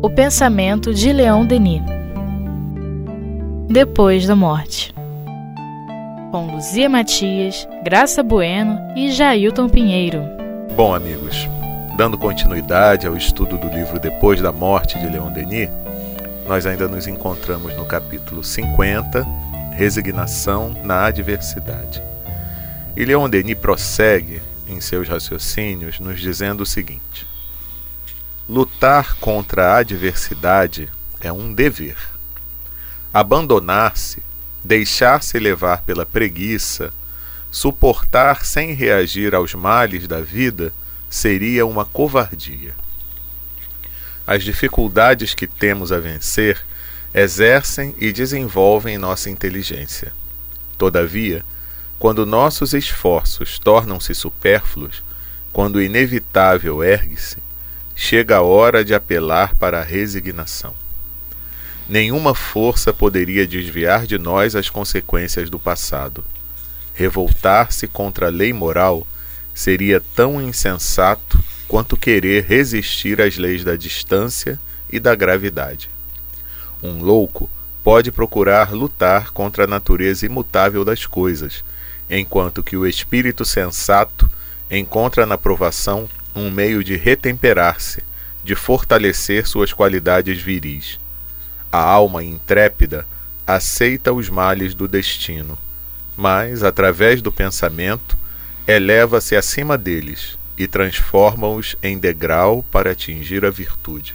O pensamento de Leon Denis. Depois da morte. Com Luzia Matias, Graça Bueno e Jailton Pinheiro. Bom, amigos, dando continuidade ao estudo do livro Depois da Morte de Leon Denis, nós ainda nos encontramos no capítulo 50, Resignação na Adversidade. E Leon Denis prossegue em seus raciocínios nos dizendo o seguinte: lutar contra a adversidade é um dever. Abandonar-se, deixar-se levar pela preguiça, suportar sem reagir aos males da vida seria uma covardia. As dificuldades que temos a vencer exercem e desenvolvem nossa inteligência. Todavia, quando nossos esforços tornam-se supérfluos, quando o inevitável ergue-se, chega a hora de apelar para a resignação. Nenhuma força poderia desviar de nós as consequências do passado. Revoltar-se contra a lei moral seria tão insensato quanto querer resistir às leis da distância e da gravidade. Um louco pode procurar lutar contra a natureza imutável das coisas, enquanto que o espírito sensato encontra na provação um meio de retemperar-se, de fortalecer suas qualidades viris. A alma intrépida aceita os males do destino, mas, através do pensamento, eleva-se acima deles e transforma-os em degrau para atingir a virtude.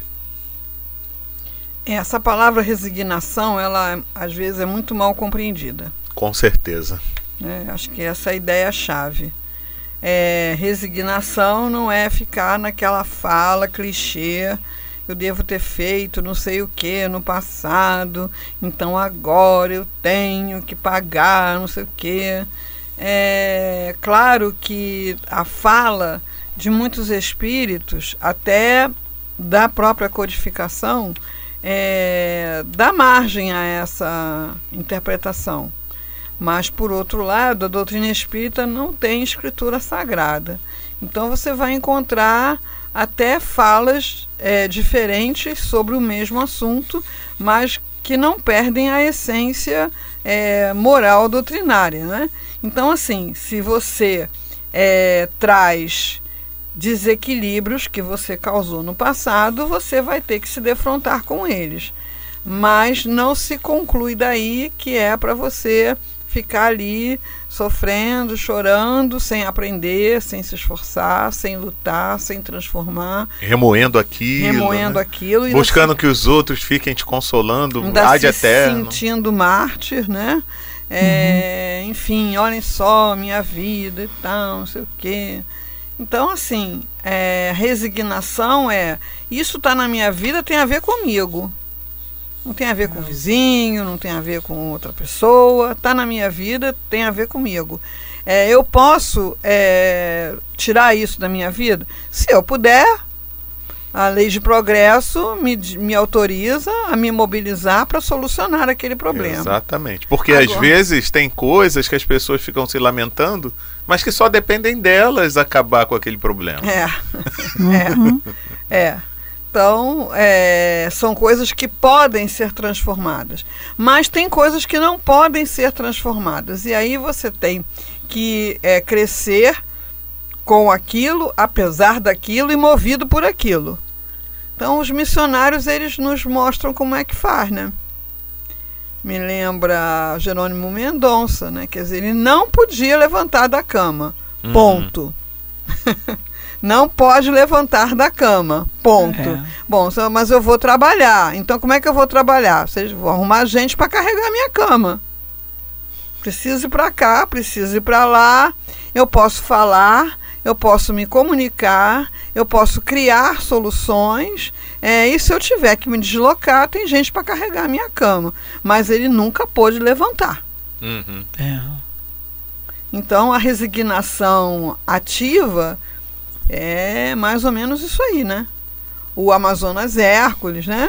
Essa palavra resignação, ela às vezes é muito mal compreendida. Com certeza. Acho que essa é a ideia-chave. Resignação não é ficar naquela fala clichê: eu devo ter feito não sei o que no passado, então agora eu tenho que pagar não sei o que. É claro que a fala de muitos espíritos, até da própria codificação, dá margem a essa interpretação. Mas, por outro lado, a doutrina espírita não tem escritura sagrada. Então você vai encontrar até falas diferentes sobre o mesmo assunto, mas que não perdem a essência moral doutrinária, né? Então, assim, se você traz desequilíbrios que você causou no passado, você vai ter que se defrontar com eles. Mas não se conclui daí que é para você ficar ali sofrendo, chorando, sem aprender, sem se esforçar, sem lutar, sem transformar. Remoendo aquilo. E buscando que os outros fiquem te consolando, ad eterno. Sentindo mártir, né? Enfim, olhem só minha vida e tal, não sei o quê. Então, assim, resignação isso está na minha vida, tem a ver comigo. Não tem a ver com o vizinho, não tem a ver com outra pessoa. Está na minha vida, tem a ver comigo. Eu posso tirar isso da minha vida? Se eu puder, a lei de progresso me autoriza a me mobilizar para solucionar aquele problema. Exatamente. Porque às vezes tem coisas que as pessoas ficam se lamentando, mas que só dependem delas acabar com aquele problema. Então, são coisas que podem ser transformadas. Mas tem coisas que não podem ser transformadas. E aí você tem que crescer com aquilo, apesar daquilo e movido por aquilo. Então, os missionários, eles nos mostram como é que faz, né? Me lembra Jerônimo Mendonça, né? Quer dizer, ele não podia levantar da cama. Ponto. Não pode levantar da cama, ponto. Bom, mas eu vou trabalhar. Então, como é que eu vou trabalhar? Vocês vão arrumar gente para carregar a minha cama. Preciso ir para cá, preciso ir para lá. Eu posso falar, eu posso me comunicar, eu posso criar soluções. E se eu tiver que me deslocar, tem gente para carregar a minha cama. Mas ele nunca pôde levantar. Então, a resignação ativa é mais ou menos isso aí, né? O Amazonas Hércules, né?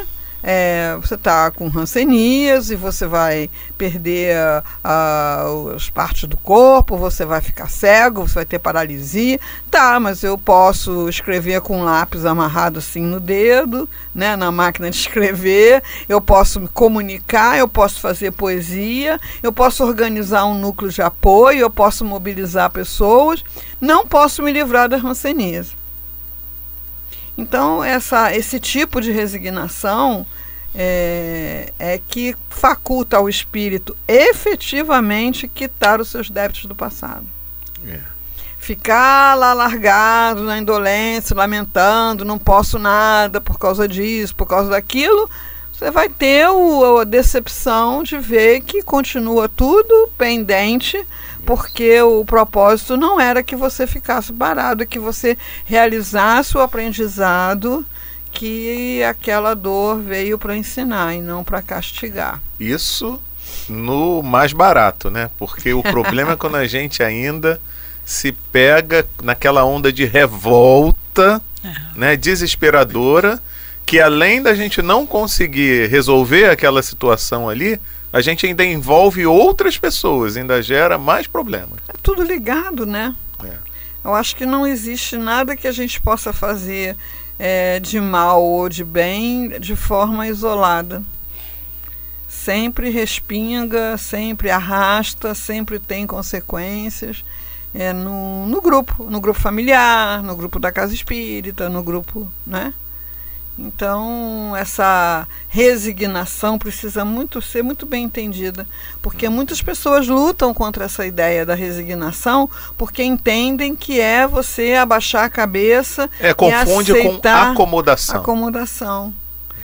você está com hanseníase, você vai perder as partes do corpo, você vai ficar cego, você vai ter paralisia. Tá, mas eu posso escrever com um lápis amarrado assim no dedo, né, na máquina de escrever, eu posso me comunicar, eu posso fazer poesia, eu posso organizar um núcleo de apoio, eu posso mobilizar pessoas, não posso me livrar da hanseníase. Então, esse tipo de resignação é que faculta ao espírito efetivamente quitar os seus débitos do passado. Ficar lá largado na indolência, lamentando, não posso nada por causa disso, por causa daquilo, você vai ter a decepção de ver que continua tudo pendente, porque o propósito não era que você ficasse parado, que você realizasse o aprendizado que aquela dor veio para ensinar e não para castigar. Isso no mais barato, né? Porque o problema é quando a gente ainda se pega naquela onda de revolta, né, desesperadora, que além da gente não conseguir resolver aquela situação ali, a gente ainda envolve outras pessoas, ainda gera mais problemas. É tudo ligado, né? Eu acho que não existe nada que a gente possa fazer de mal ou de bem de forma isolada. Sempre respinga, sempre arrasta, sempre tem consequências no grupo familiar, no grupo da casa espírita, no grupo, né? Então, essa resignação precisa ser muito bem entendida, porque muitas pessoas lutam contra essa ideia da resignação, porque entendem que é você abaixar a cabeça confunde e aceitar com acomodação. Acomodação.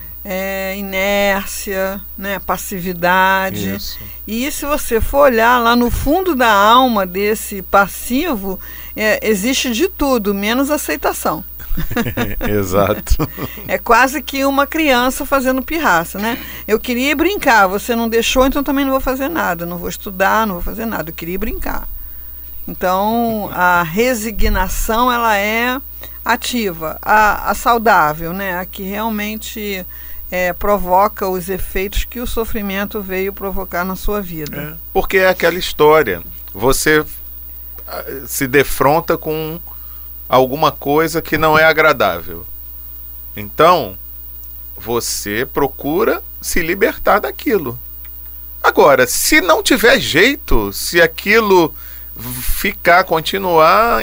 Inércia, né, passividade. Isso. E se você for olhar lá no fundo da alma desse passivo, existe de tudo, menos aceitação. Exato. É quase que uma criança fazendo pirraça, né? Eu queria brincar, você não deixou, então também não vou fazer nada, não vou estudar, não vou fazer nada, eu queria brincar. Então, a resignação, ela é ativa, a saudável, né? A que realmente provoca os efeitos que o sofrimento veio provocar na sua vida. Porque é aquela história, você se defronta com alguma coisa que não é agradável. Então, você procura se libertar daquilo. Agora, se não tiver jeito, se aquilo continuar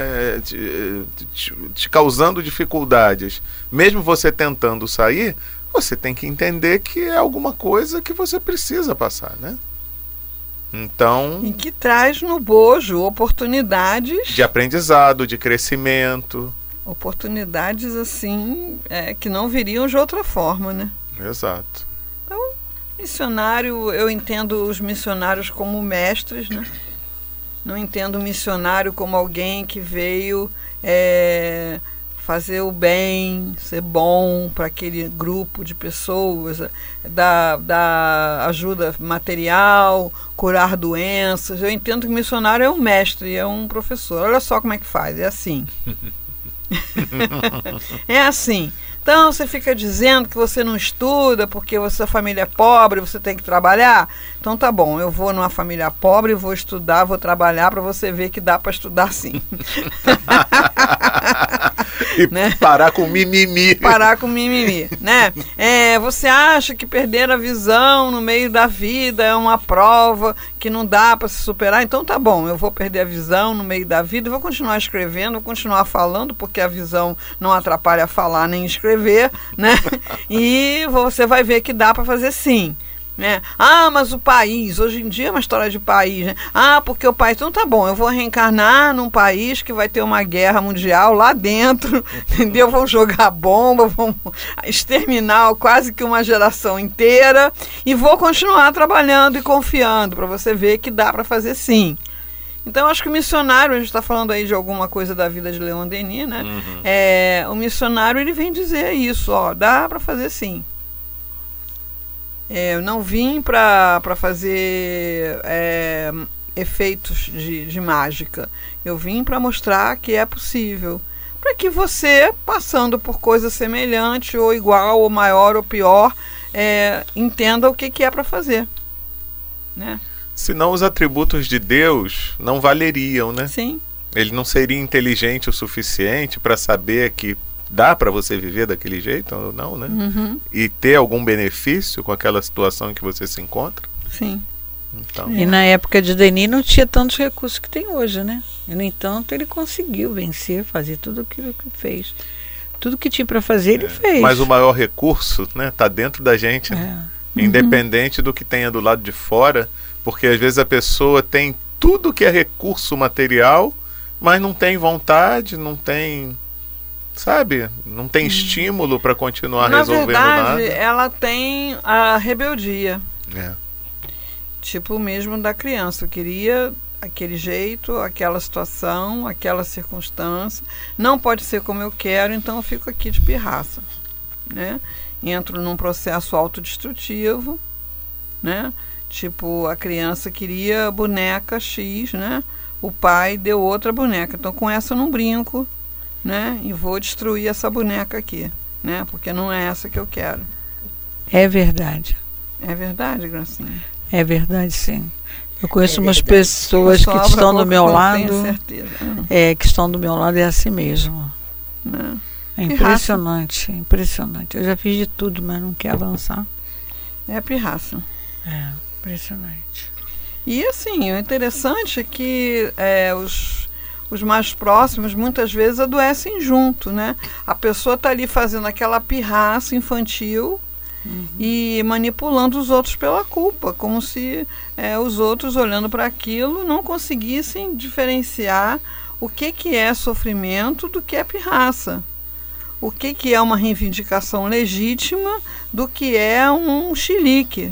te causando dificuldades, mesmo você tentando sair, você tem que entender que é alguma coisa que você precisa passar, né? Então, e que traz no bojo oportunidades de aprendizado, de crescimento. Oportunidades assim que não viriam de outra forma, né? Exato. Então, missionário, eu entendo os missionários como mestres, né? Não entendo o missionário como alguém que veio fazer o bem, ser bom para aquele grupo de pessoas, dar ajuda material, curar doenças. Eu entendo que o missionário é um mestre, é um professor. Olha só como é que faz, é assim. É assim. Então você fica dizendo que você não estuda porque sua família é pobre, você tem que trabalhar. Então tá bom, eu vou numa família pobre, vou estudar, vou trabalhar para você ver que dá para estudar sim. E né? Parar com mimimi. Parar com mimimi, né? Você acha que perder a visão no meio da vida é uma prova que não dá para se superar? Então tá bom, eu vou perder a visão no meio da vida, vou continuar escrevendo, vou continuar falando, porque a visão não atrapalha falar nem escrever, né? E você vai ver que dá para fazer sim. Né? Mas o país, hoje em dia é uma história de país, né? Porque o país, então tá bom, eu vou reencarnar num país que vai ter uma guerra mundial lá dentro, entendeu? Vão jogar bomba, vão exterminar quase que uma geração inteira e vou continuar trabalhando e confiando para você ver que dá para fazer sim. Então, acho que o missionário, a gente está falando aí de alguma coisa da vida de Leon Denis, né? O missionário, ele vem dizer isso, dá para fazer sim. Eu não vim para fazer efeitos de mágica. Eu vim para mostrar que é possível, para que você, passando por coisa semelhante, ou igual, ou maior, ou pior, entenda o que é para fazer, né? Senão os atributos de Deus não valeriam, né? Sim. Ele não seria inteligente o suficiente para saber que dá para você viver daquele jeito ou não, né? Uhum. E ter algum benefício com aquela situação em que você se encontra? Sim. Então, E na época de Denis não tinha tantos recursos que tem hoje, né? E, no entanto, ele conseguiu vencer, fazer tudo aquilo que fez. Tudo que tinha para fazer, ele fez. mas o maior recurso, né, tá dentro da gente, né? Independente do que tenha do lado de fora, porque às vezes a pessoa tem tudo que é recurso material, mas não tem vontade, não tem, sabe, não tem estímulo para continuar resolvendo nada. Na nada. verdade, ela tem a rebeldia. É. Tipo mesmo da criança. Eu queria aquele jeito, aquela situação, aquela circunstância. Não pode ser como eu quero, então eu fico aqui de pirraça, né? Entro num processo autodestrutivo, né? Tipo, a criança queria boneca X, né? O pai deu outra boneca. Então, com essa eu não brinco, né? E vou destruir essa boneca aqui, né? Porque não é essa que eu quero. É verdade. É verdade, Gracinha? É verdade, sim. Eu conheço umas pessoas que estão do meu lado. Tenho certeza. Que estão do meu lado, é assim mesmo. Né? É impressionante, impressionante. Eu já fiz de tudo, mas não quer avançar. É pirraça. É, impressionante. E assim, o interessante é que os mais próximos muitas vezes adoecem junto, né? A pessoa está ali fazendo aquela pirraça infantil e manipulando os outros pela culpa, como se os outros, olhando para aquilo, não conseguissem diferenciar o que é sofrimento do que é pirraça. O que é uma reivindicação legítima do que é um chilique.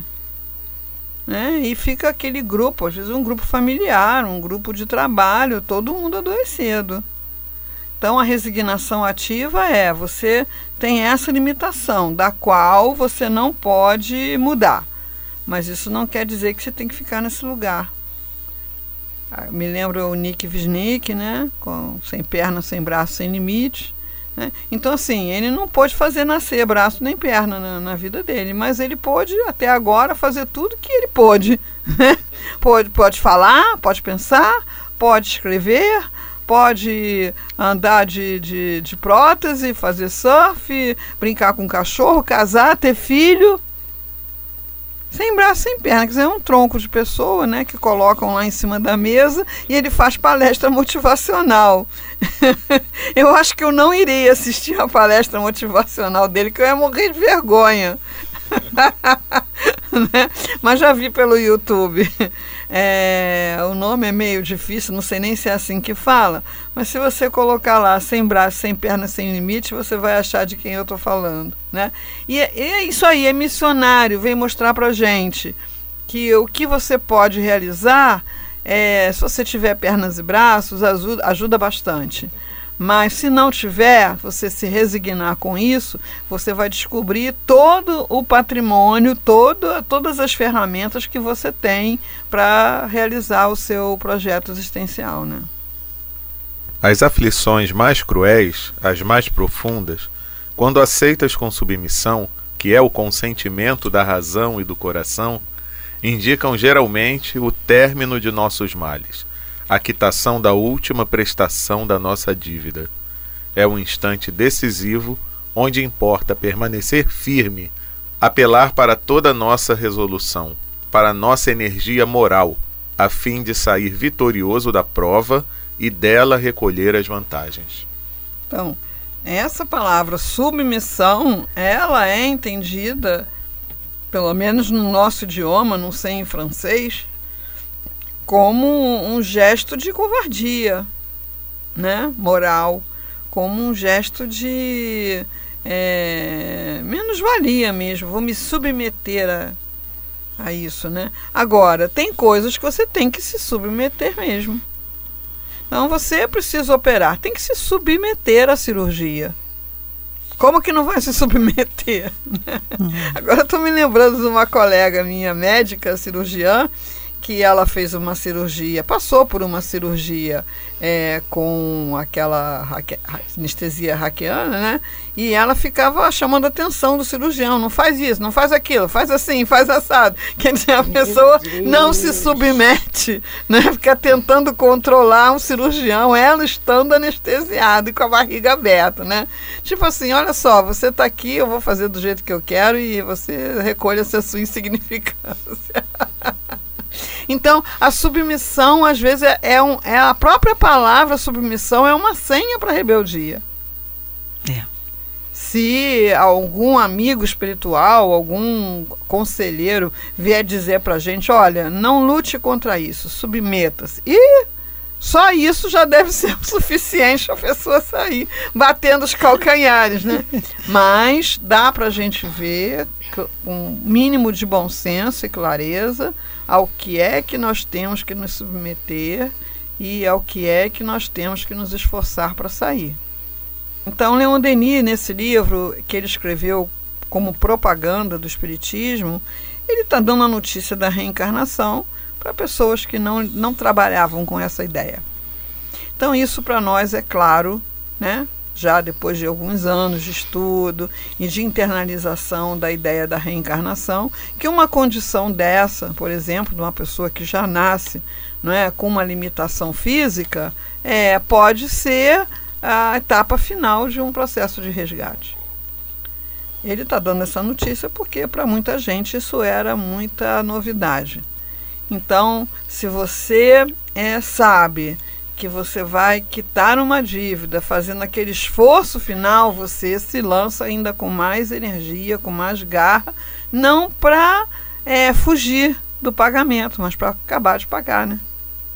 Né? E fica aquele grupo, às vezes um grupo familiar, um grupo de trabalho, todo mundo adoecido. Então a resignação ativa você tem essa limitação, da qual você não pode mudar. Mas isso não quer dizer que você tem que ficar nesse lugar. Me lembro o Nick Wisnik, né? Sem perna, sem braço, sem limite. Né? Então, assim, ele não pôde fazer nascer braço nem perna na vida dele, mas ele pôde, até agora, fazer tudo que ele pôde. Né? Pode falar, pode pensar, pode escrever, pode andar de prótese, fazer surf, brincar com cachorro, casar, ter filho. Sem braço, sem perna, quer dizer, é um tronco de pessoa, né, que colocam lá em cima da mesa e ele faz palestra motivacional. Eu acho que eu não irei assistir a palestra motivacional dele, que eu ia morrer de vergonha. Né? Mas já vi pelo YouTube. O nome é meio difícil, não sei nem se é assim que fala, mas se você colocar lá sem braço, sem perna, sem limite, você vai achar de quem eu estou falando, né? E é isso aí, é missionário, vem mostrar pra gente que o que você pode realizar, se você tiver pernas e braços, ajuda bastante. Mas se não tiver, você se resignar com isso, você vai descobrir todo o patrimônio, todas as ferramentas que você tem para realizar o seu projeto existencial, né? As aflições mais cruéis, as mais profundas, quando aceitas com submissão, que é o consentimento da razão e do coração, indicam geralmente o término de nossos males, a quitação da última prestação da nossa dívida. É um instante decisivo onde importa permanecer firme, apelar para toda a nossa resolução, para a nossa energia moral, a fim de sair vitorioso da prova e dela recolher as vantagens. Então, essa palavra submissão, ela é entendida, pelo menos no nosso idioma, não sei em francês, como um gesto de covardia, né, moral, como um gesto de menos-valia mesmo, vou me submeter a isso, né? Agora, tem coisas que você tem que se submeter mesmo. Então, você precisa operar, tem que se submeter à cirurgia. Como que não vai se submeter? Agora eu estou me lembrando de uma colega minha, médica, cirurgiã, que ela fez uma cirurgia, passou por uma cirurgia com aquela anestesia hackeana, né? E ela ficava chamando a atenção do cirurgião, não faz isso, não faz aquilo, faz assim, faz assado. Quer dizer, a pessoa não se submete, né? Fica tentando controlar um cirurgião, ela estando anestesiada e com a barriga aberta, né? Tipo assim, olha só, você está aqui, eu vou fazer do jeito que eu quero e você recolha-se a sua insignificância. Então, a submissão, às vezes, é a própria palavra submissão é uma senha para a rebeldia. Se algum amigo espiritual, algum conselheiro vier dizer para a gente, olha, não lute contra isso, submeta-se. E só isso já deve ser o suficiente para a pessoa sair batendo os calcanhares, né? Mas dá para a gente ver, com um mínimo de bom senso e clareza, ao que é que nós temos que nos submeter e ao que é que nós temos que nos esforçar para sair. Então, Leon Denis, nesse livro que ele escreveu como propaganda do Espiritismo, ele está dando a notícia da reencarnação para pessoas que não trabalhavam com essa ideia. Então, isso para nós é claro, né? Já depois de alguns anos de estudo e de internalização da ideia da reencarnação, que uma condição dessa, por exemplo, de uma pessoa que já nasce, não é, com uma limitação física, pode ser a etapa final de um processo de resgate. Ele está dando essa notícia porque para muita gente isso era muita novidade. Então, se você sabe que você vai quitar uma dívida, fazendo aquele esforço final, você se lança ainda com mais energia, com mais garra, não para fugir do pagamento, mas para acabar de pagar, né?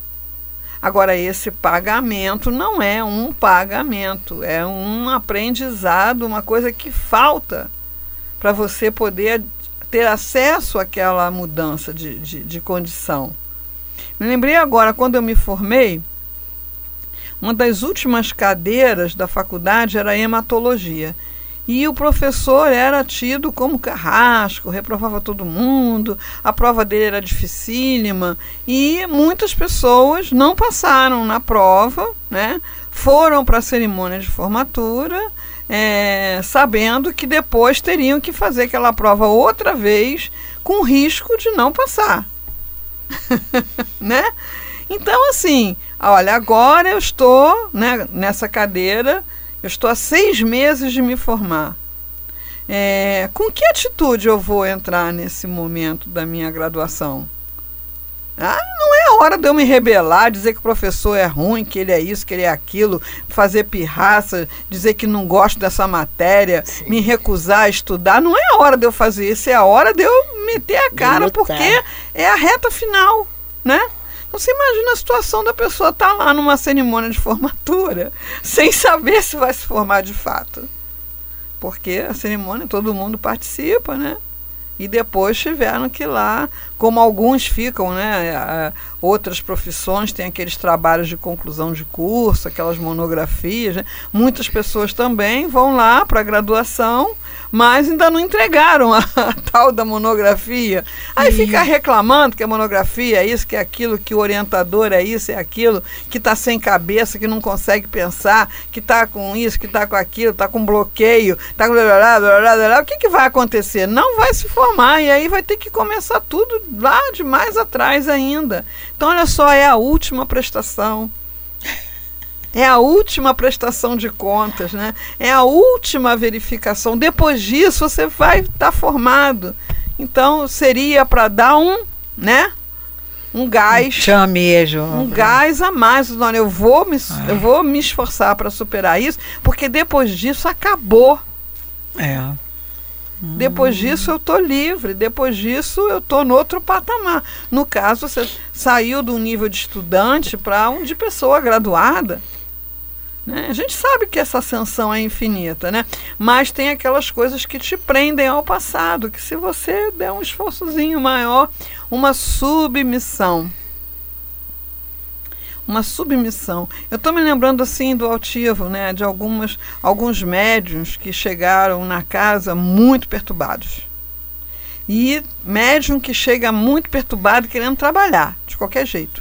Agora, esse pagamento não é um pagamento, é um aprendizado, uma coisa que falta para você poder ter acesso àquela mudança de condição. Me lembrei agora, quando eu me formei, uma das últimas cadeiras da faculdade era a hematologia. E o professor era tido como carrasco, reprovava todo mundo, a prova dele era dificílima. E muitas pessoas não passaram na prova, né? Foram para a cerimônia de formatura, sabendo que depois teriam que fazer aquela prova outra vez, com risco de não passar. Né? Então, assim, olha, agora eu estou, né, nessa cadeira, eu estou há 6 meses de me formar. Com que atitude eu vou entrar nesse momento da minha graduação? Não é a hora de eu me rebelar, dizer que o professor é ruim, que ele é isso, que ele é aquilo, fazer pirraça, dizer que não gosto dessa matéria, sim, me recusar a estudar. Não é a hora de eu fazer isso, é a hora de eu meter a cara, porque é a reta final, né? Você imagina a situação da pessoa estar lá numa cerimônia de formatura sem saber se vai se formar de fato. Porque a cerimônia todo mundo participa, né? E depois tiveram que ir lá, como alguns ficam, né? Outras profissões têm aqueles trabalhos de conclusão de curso, aquelas monografias, né? Muitas pessoas também vão lá para a graduação, mas ainda não entregaram a tal da monografia. Aí fica reclamando que a monografia é isso, que é aquilo, que o orientador é isso, é aquilo, que está sem cabeça, que não consegue pensar, que está com isso, que está com aquilo, está com bloqueio, está com blá, blá, blá, blá, blá. O que vai acontecer? Não vai se formar, e aí vai ter que começar tudo lá de mais atrás ainda. Então, olha só, é a última prestação. É a última prestação de contas, né? É a última verificação. Depois disso, você vai estar formado. Então, seria para dar um gás. Chamejo. Um gás a mais. Olha, eu vou me esforçar para superar isso, porque depois disso acabou. Depois disso eu estou livre, depois disso eu estou no outro patamar. No caso, você saiu do nível de estudante para um de pessoa graduada. Né? A gente sabe que essa ascensão é infinita, né? Mas tem aquelas coisas que te prendem ao passado, que se você der um esforçozinho maior, uma submissão. Uma submissão. Eu estou me lembrando assim do altivo, né, de alguns médiuns que chegaram na casa muito perturbados. E médium que chega muito perturbado querendo trabalhar, de qualquer jeito.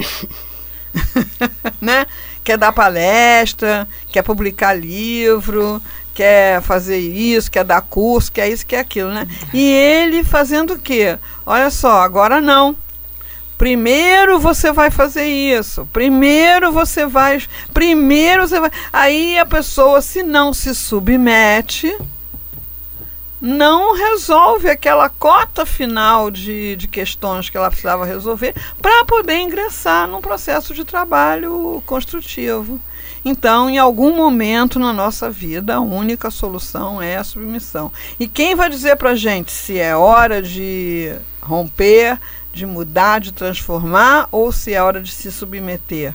Né? Quer dar palestra, quer publicar livro, quer fazer isso, quer dar curso, quer isso, quer aquilo, né? E ele fazendo o quê? Olha só, agora não. Primeiro você vai fazer isso. Primeiro você vai. Aí a pessoa, se não se submete, não resolve aquela cota final de questões que ela precisava resolver para poder ingressar num processo de trabalho construtivo. Então, em algum momento na nossa vida, a única solução é a submissão. E quem vai dizer para a gente se é hora de romper, de mudar, de transformar, ou se é hora de se submeter?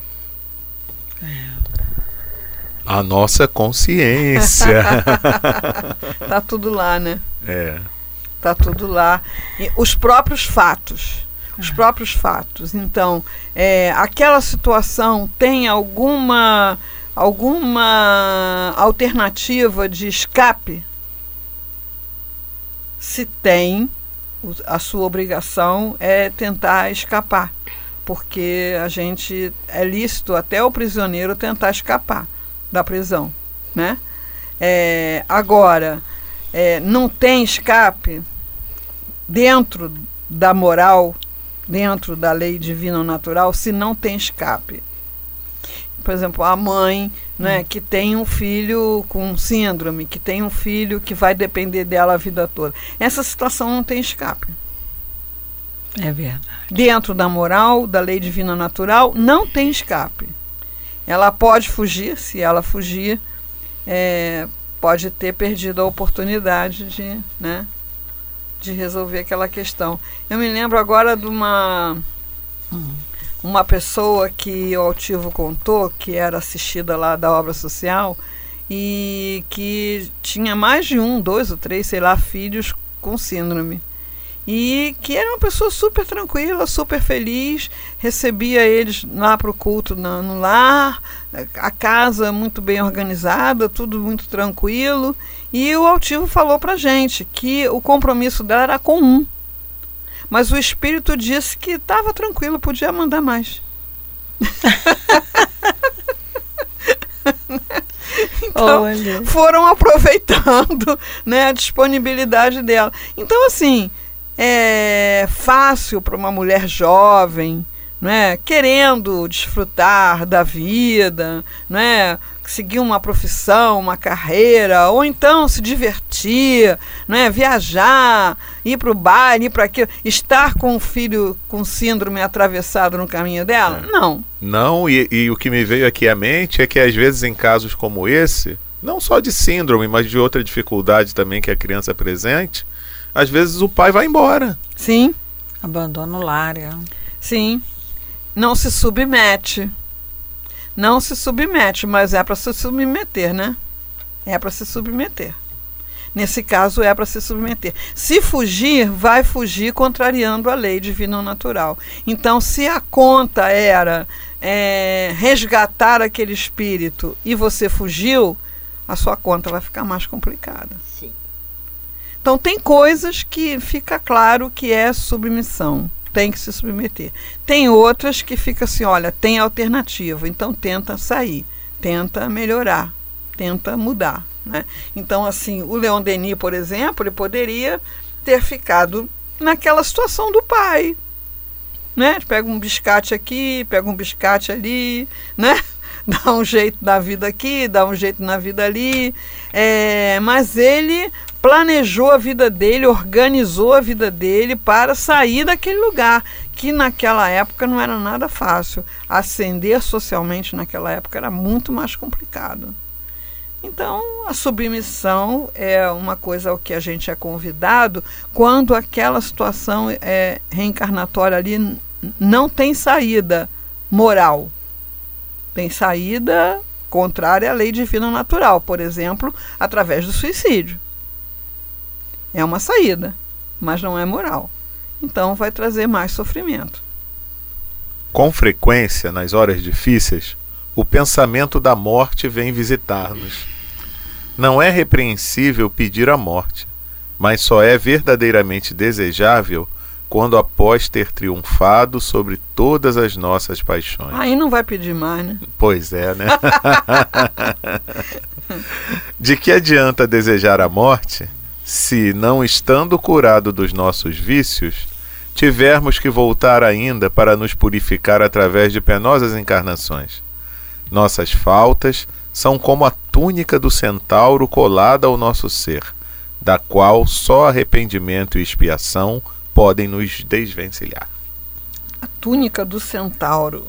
A nossa consciência. Tá tudo lá, né? Tá tudo lá. E os próprios fatos. Então, aquela situação tem alguma alternativa de escape? Se tem, a sua obrigação é tentar escapar, porque é lícito até o prisioneiro tentar escapar da prisão, né? Agora, não tem escape dentro da moral, dentro da lei divina ou natural, se não tem escape. Por exemplo, a mãe, né, que tem um filho com síndrome, que tem um filho que vai depender dela a vida toda. Essa situação não tem escape. É verdade. Dentro da moral, da lei divina natural, não tem escape. Ela pode fugir, se ela fugir, pode ter perdido a oportunidade de resolver aquela questão. Eu me lembro agora de uma pessoa que o Altivo contou, que era assistida lá da obra social, e que tinha mais de 1, 2 ou 3, sei lá, filhos com síndrome. E que era uma pessoa super tranquila, super feliz, recebia eles lá para o culto no lar, a casa muito bem organizada, tudo muito tranquilo. E o Altivo falou para a gente que o compromisso dela era com um, mas o espírito disse que estava tranquilo, podia mandar mais. Então, foram aproveitando, né, a disponibilidade dela. Então, assim, é fácil para uma mulher jovem, né, querendo desfrutar da vida, né, seguir uma profissão, uma carreira, ou então se divertir, né, viajar, ir para o baile, ir para aquilo, estar com um filho com síndrome atravessado no caminho dela? Não. Não, e o que me veio aqui à mente é que às vezes em casos como esse, não só de síndrome, mas de outra dificuldade também que a criança apresente, às vezes o pai vai embora. Sim. Abandona o lar. Sim. Não se submete. Não se submete, mas é para se submeter, né? É para se submeter. Nesse caso, é para se submeter. Se fugir, vai fugir contrariando a lei divina ou natural. Então, se a conta era resgatar aquele espírito e você fugiu, a sua conta vai ficar mais complicada. Sim. Então, tem coisas que fica claro que é submissão. Tem que se submeter. Tem outras que fica assim, olha, tem alternativa, então tenta sair, tenta melhorar, tenta mudar, né? Então, assim, o Leon Denis, por exemplo, ele poderia ter ficado naquela situação do pai, né? Pega um biscate aqui, pega um biscate ali, né? Dá um jeito na vida aqui, dá um jeito na vida ali, mas ele planejou a vida dele, organizou a vida dele para sair daquele lugar, que naquela época não era nada fácil. Ascender socialmente naquela época era muito mais complicado. Então, a submissão é uma coisa ao que a gente é convidado quando aquela situação reencarnatória ali não tem saída moral. Tem saída contrária à lei divina natural, por exemplo, através do suicídio. É uma saída, mas não é moral. Então vai trazer mais sofrimento. Com frequência, nas horas difíceis, o pensamento da morte vem visitar-nos. Não é repreensível pedir a morte, mas só é verdadeiramente desejável quando após ter triunfado sobre todas as nossas paixões. Aí não vai pedir mais, né? Pois é, né? De que adianta desejar a morte se, não estando curado dos nossos vícios, tivermos que voltar ainda para nos purificar através de penosas encarnações? Nossas faltas são como a túnica do centauro colada ao nosso ser, da qual só arrependimento e expiação podem nos desvencilhar. A túnica do centauro.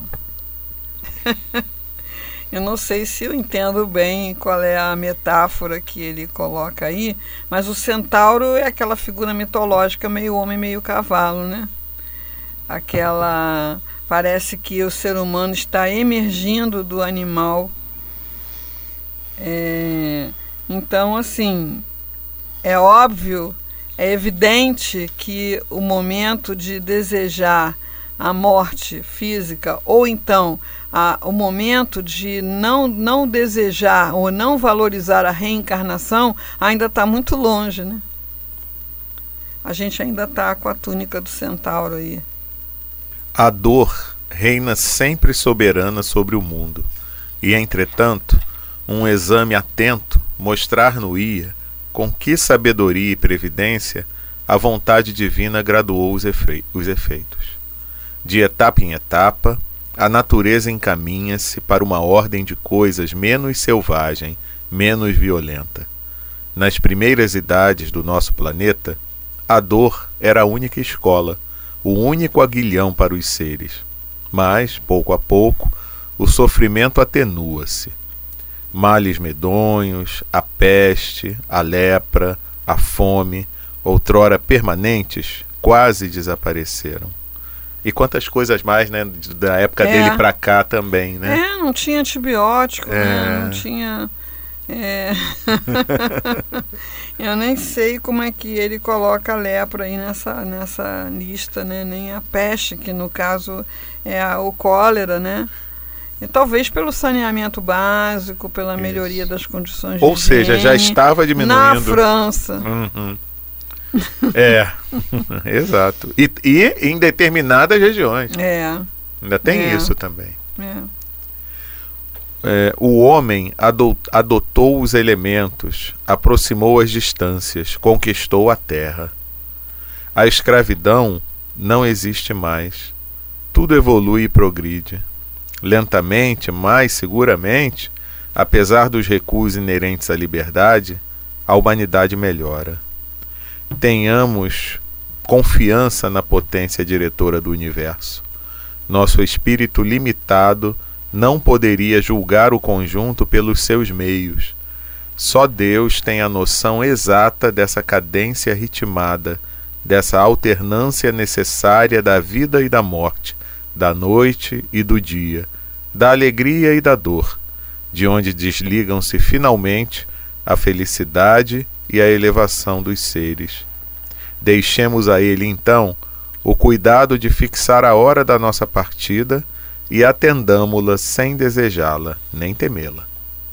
Eu não sei se eu entendo bem qual é a metáfora que ele coloca aí, mas o centauro é aquela figura mitológica meio homem, meio cavalo, né? Aquela... Parece que o ser humano está emergindo do animal. Então, assim, é óbvio, é evidente que o momento de desejar a morte física, ou então o momento de não desejar ou não valorizar a reencarnação, ainda está muito longe, né? A gente ainda está com a túnica do centauro aí. A dor reina sempre soberana sobre o mundo, e, entretanto, um exame atento mostrar-nos-ia com que sabedoria e previdência a vontade divina graduou os efeitos. De etapa em etapa, a natureza encaminha-se para uma ordem de coisas menos selvagem, menos violenta. Nas primeiras idades do nosso planeta, a dor era a única escola, o único aguilhão para os seres. Mas, pouco a pouco, o sofrimento atenua-se. Males medonhos, a peste, a lepra, a fome, outrora permanentes, quase desapareceram. E quantas coisas mais, né, da época dele para cá também, né? Não tinha antibiótico, né? Não tinha... Eu nem sei como é que ele coloca a lepra aí nessa lista, né? Nem a peste, que no caso é o cólera, né? E talvez pelo saneamento básico, pela melhoria das condições de Ou seja, já estava diminuindo. Na França. Uhum. Exato. E em determinadas regiões. Ainda tem isso também. O homem adotou os elementos, aproximou as distâncias, conquistou a terra. A escravidão não existe mais. Tudo evolui e progride. Lentamente, mas seguramente, apesar dos recuos inerentes à liberdade, a humanidade melhora. Tenhamos confiança na potência diretora do universo. Nosso espírito limitado não poderia julgar o conjunto pelos seus meios. Só Deus tem a noção exata dessa cadência ritmada, dessa alternância necessária da vida e da morte, da noite e do dia, da alegria e da dor, de onde desligam-se finalmente a felicidade e a elevação dos seres. Deixemos a ele, então, o cuidado de fixar a hora da nossa partida e atendamo-la sem desejá-la, nem temê-la.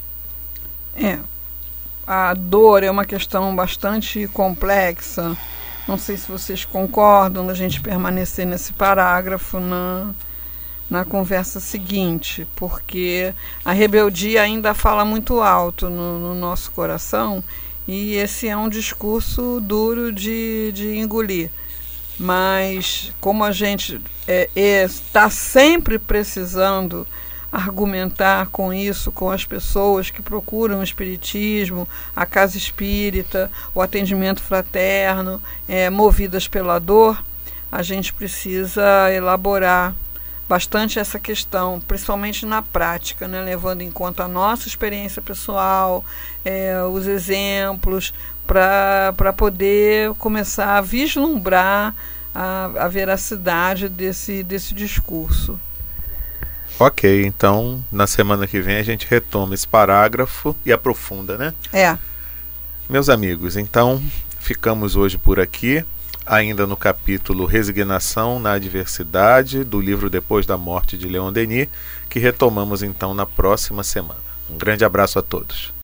A dor é uma questão bastante complexa. Não sei se vocês concordam da gente permanecer nesse parágrafo na conversa seguinte, porque a rebeldia ainda fala muito alto no nosso coração, e esse é um discurso duro de engolir. Mas como a gente está sempre precisando argumentar com isso, com as pessoas que procuram o espiritismo, a casa espírita, o atendimento fraterno, movidas pela dor, a gente precisa elaborar bastante essa questão, principalmente na prática, né? Levando em conta a nossa experiência pessoal, os exemplos, para poder começar a vislumbrar a veracidade desse discurso. Ok, então na semana que vem a gente retoma esse parágrafo e aprofunda, né? Meus amigos, então ficamos hoje por aqui, ainda no capítulo Resignação na Adversidade, do livro Depois da Morte de Leon Denis, que retomamos então na próxima semana. Um grande abraço a todos.